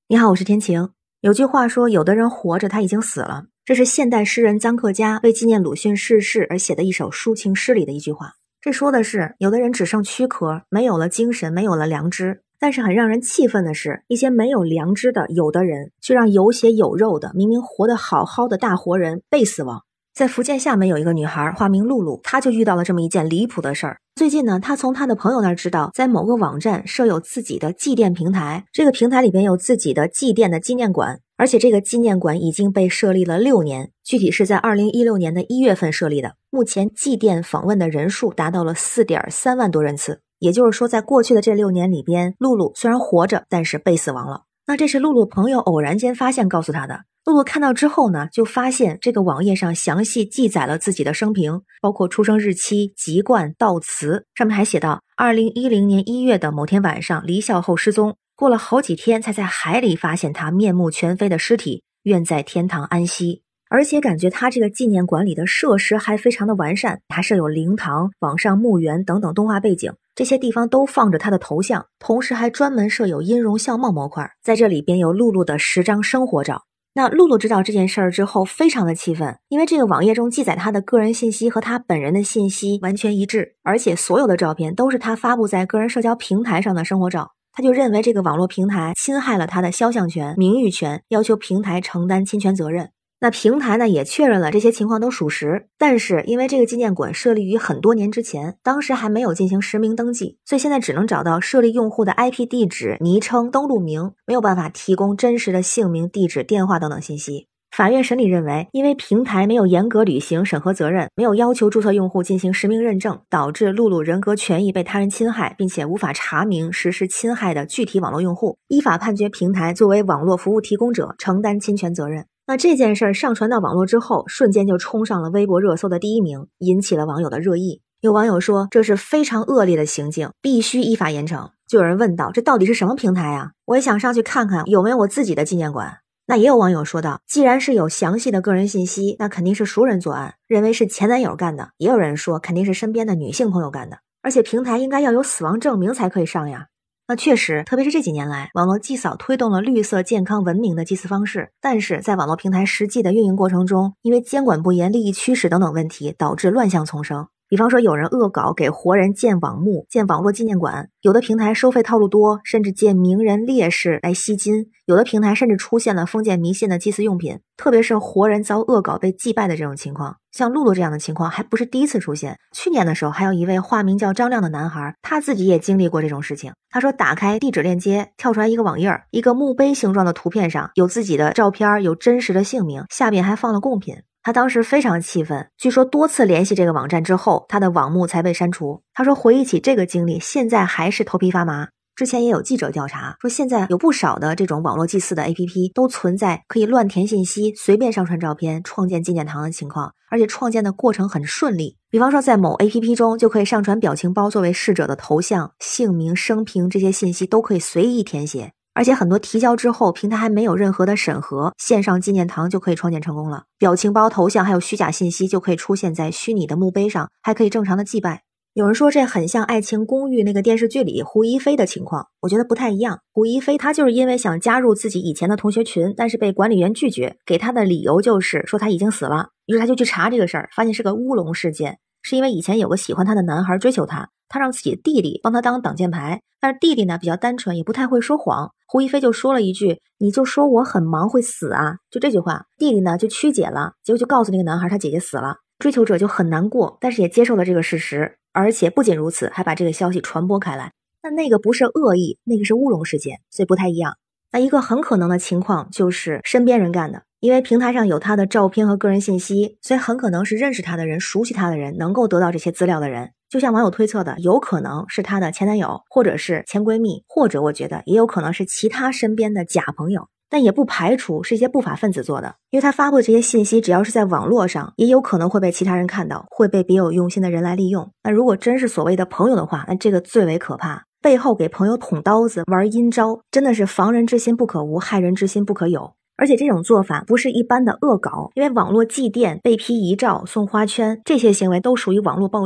你好，我是天晴。有句话说，有的人活着他已经死了，这是现代诗人臧克家为纪念鲁迅逝世而写的一首抒情诗里的一句话。这说的是，有的人只剩躯壳，没有了精神，没有了良知。但是很让人气愤的是，一些没有良知的有的人，却让有血有肉的明明活得好好的大活人被死亡。在福建厦门有一个女孩，化名露露，她就遇到了这么一件离谱的事儿。最近呢，她从她的朋友那儿知道，在某个网站设有自己的祭奠平台，这个平台里边有自己的祭奠的纪念馆，而且这个纪念馆已经被设立了6年，具体是在2016年的1月份设立的。目前祭奠访问的人数达到了4.3万多人次，也就是说，在过去的这6年里边，露露虽然活着，但是被死亡了。那这是露露朋友偶然间发现告诉她的。露露看到之后呢，就发现这个网页上详细记载了自己的生平，包括出生日期、籍贯、悼词，上面还写到2010年1月的某天晚上离校后失踪，过了好几天才在海里发现他面目全非的尸体，愿在天堂安息。而且感觉他这个纪念馆里的设施还非常的完善，还设有灵堂、网上墓园等等动画背景，这些地方都放着他的头像，同时还专门设有音容笑貌模块，在这里边有露露的10张生活照。那露露知道这件事儿之后非常的气愤，因为这个网页中记载他的个人信息和他本人的信息完全一致，而且所有的照片都是他发布在个人社交平台上的生活照。他就认为这个网络平台侵害了他的肖像权、名誉权，要求平台承担侵权责任。那平台呢也确认了这些情况都属实，但是因为这个纪念馆设立于很多年之前，当时还没有进行实名登记，所以现在只能找到设立用户的 IP 地址、昵称、登录名，没有办法提供真实的姓名、地址、电话等等信息。法院审理认为，因为平台没有严格履行审核责任，没有要求注册用户进行实名认证，导致露露人格权益被他人侵害，并且无法查明实施侵害的具体网络用户，依法判决平台作为网络服务提供者承担侵权责任。那这件事儿上传到网络之后，瞬间就冲上了微博热搜的第1名，引起了网友的热议。有网友说，这是非常恶劣的行径，必须依法严惩。就有人问道，这到底是什么平台啊？我也想上去看看有没有我自己的纪念馆。那也有网友说道，既然是有详细的个人信息，那肯定是熟人作案，认为是前男友干的。也有人说肯定是身边的女性朋友干的，而且平台应该要有死亡证明才可以上呀。那确实，特别是这几年来，网络祭扫推动了绿色、健康、文明的祭祀方式，但是在网络平台实际的运营过程中，因为监管不严、利益驱使等等问题，导致乱象丛生。比方说，有人恶搞给活人建网墓、建网络纪念馆，有的平台收费套路多，甚至借名人烈士来吸金，有的平台甚至出现了封建迷信的祭祀用品，特别是活人遭恶搞被祭拜的这种情况。像露露这样的情况还不是第一次出现，去年的时候还有一位化名叫张亮的男孩，他自己也经历过这种事情。他说打开地址链接，跳出来一个网页，一个墓碑形状的图片上有自己的照片，有真实的姓名，下边还放了贡品。他当时非常气愤，据说多次联系这个网站之后，他的网墓才被删除。他说回忆起这个经历，现在还是头皮发麻。之前也有记者调查说，现在有不少的这种网络祭祀的 APP 都存在可以乱填信息、随便上传照片、创建纪念堂的情况，而且创建的过程很顺利。比方说在某 APP 中就可以上传表情包作为逝者的头像、姓名、生平，这些信息都可以随意填写。而且很多提交之后，平台还没有任何的审核，线上纪念堂就可以创建成功了。表情包、头像还有虚假信息就可以出现在虚拟的墓碑上，还可以正常的祭拜。有人说这很像《爱情公寓》那个电视剧里胡一菲的情况，我觉得不太一样。胡一菲她就是因为想加入自己以前的同学群，但是被管理员拒绝，给她的理由就是说她已经死了。于是她就去查这个事儿，发现是个乌龙事件，是因为以前有个喜欢她的男孩追求她，她让自己的弟弟帮她当挡箭牌，但是弟弟呢比较单纯，也不太会说谎。胡一菲就说了一句，你就说我很忙会死啊，就这句话。弟弟呢就曲解了，结果就告诉那个男孩他姐姐死了。追求者就很难过，但是也接受了这个事实，而且不仅如此，还把这个消息传播开来。那个不是恶意，那个是乌龙事件，所以不太一样。那一个很可能的情况就是身边人干的，因为平台上有他的照片和个人信息，所以很可能是认识他的人、熟悉他的人能够得到这些资料的人。就像网友推测的，有可能是她的前男友，或者是前闺蜜，或者我觉得也有可能是其他身边的假朋友。但也不排除是一些不法分子做的，因为他发布的这些信息只要是在网络上，也有可能会被其他人看到，会被别有用心的人来利用。那如果真是所谓的朋友的话，那这个最为可怕，背后给朋友捅刀子玩阴招，真的是防人之心不可无，害人之心不可有。而且这种做法不是一般的恶搞，因为网络祭奠、被批遗照、送花圈，这些行为都属于网络暴力。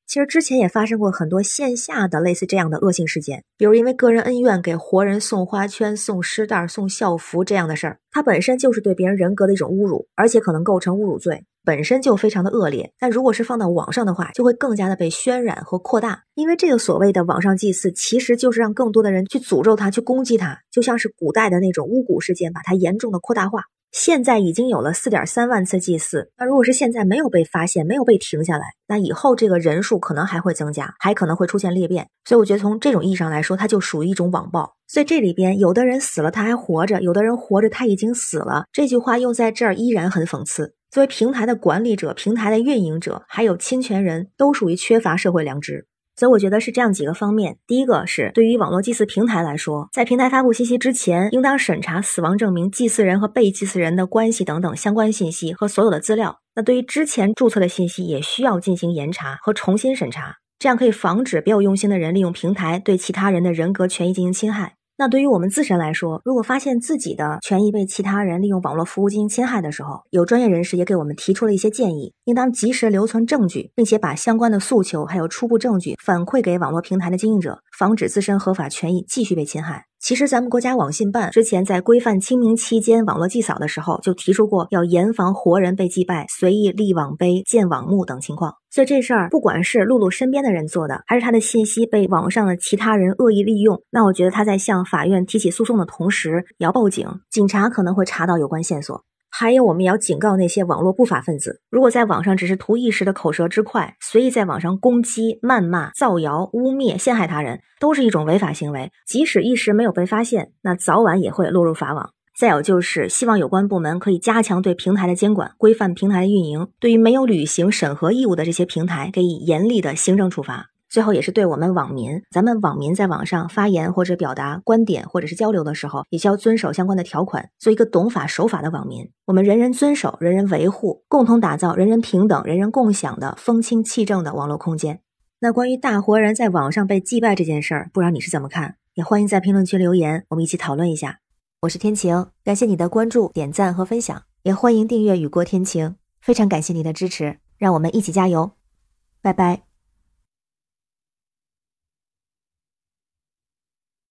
其实之前也发生过很多线下的类似这样的恶性事件，比如因为个人恩怨给活人送花圈、送诗袋、送校服这样的事儿，它本身就是对别人人格的一种侮辱，而且可能构成侮辱罪，本身就非常的恶劣。但如果是放到网上的话，就会更加的被渲染和扩大，因为这个所谓的网上祭祀其实就是让更多的人去诅咒他，去攻击他，就像是古代的那种巫蛊事件，把它严重的扩大化。现在已经有了4.3万次祭祀，那如果是现在没有被发现，没有被停下来，那以后这个人数可能还会增加，还可能会出现裂变。所以我觉得从这种意义上来说，它就属于一种网暴。所以这里边有的人死了他还活着，有的人活着他已经死了，这句话用在这儿依然很讽刺。作为平台的管理者、平台的运营者，还有侵权人，都属于缺乏社会良知。所以我觉得是这样几个方面。第一个是对于网络祭祀平台来说，在平台发布信息之前，应当审查死亡证明、祭祀人和被祭祀人的关系等等相关信息和所有的资料。那对于之前注册的信息也需要进行严查和重新审查，这样可以防止别有用心的人利用平台对其他人的人格权益进行侵害。那对于我们自身来说，如果发现自己的权益被其他人利用网络服务进行侵害的时候，有专业人士也给我们提出了一些建议，应当及时留存证据，并且把相关的诉求还有初步证据反馈给网络平台的经营者，防止自身合法权益继续被侵害。其实咱们国家网信办之前在规范清明期间网络祭扫的时候，就提出过要严防活人被祭拜、随意立网碑、建网墓等情况。所以这事儿不管是露露身边的人做的，还是他的信息被网上的其他人恶意利用，那我觉得他在向法院提起诉讼的同时也要报警，警察可能会查到有关线索。还有我们也要警告那些网络不法分子，如果在网上只是图一时的口舌之快，随意在网上攻击、谩骂、造谣、污蔑、陷害他人，都是一种违法行为，即使一时没有被发现，那早晚也会落入法网。再有就是希望有关部门可以加强对平台的监管，规范平台的运营，对于没有履行审核义务的这些平台给予严厉的行政处罚。最后也是对我们网民，咱们网民在网上发言或者表达观点或者是交流的时候，也需要遵守相关的条款，做一个懂法守法的网民。我们人人遵守，人人维护，共同打造人人平等、人人共享的风清气正的网络空间。那关于大活人在网上被祭拜这件事儿，不知道你是怎么看？也欢迎在评论区留言，我们一起讨论一下。我是天晴，感谢你的关注、点赞和分享，也欢迎订阅雨过天晴，非常感谢你的支持，让我们一起加油，拜拜。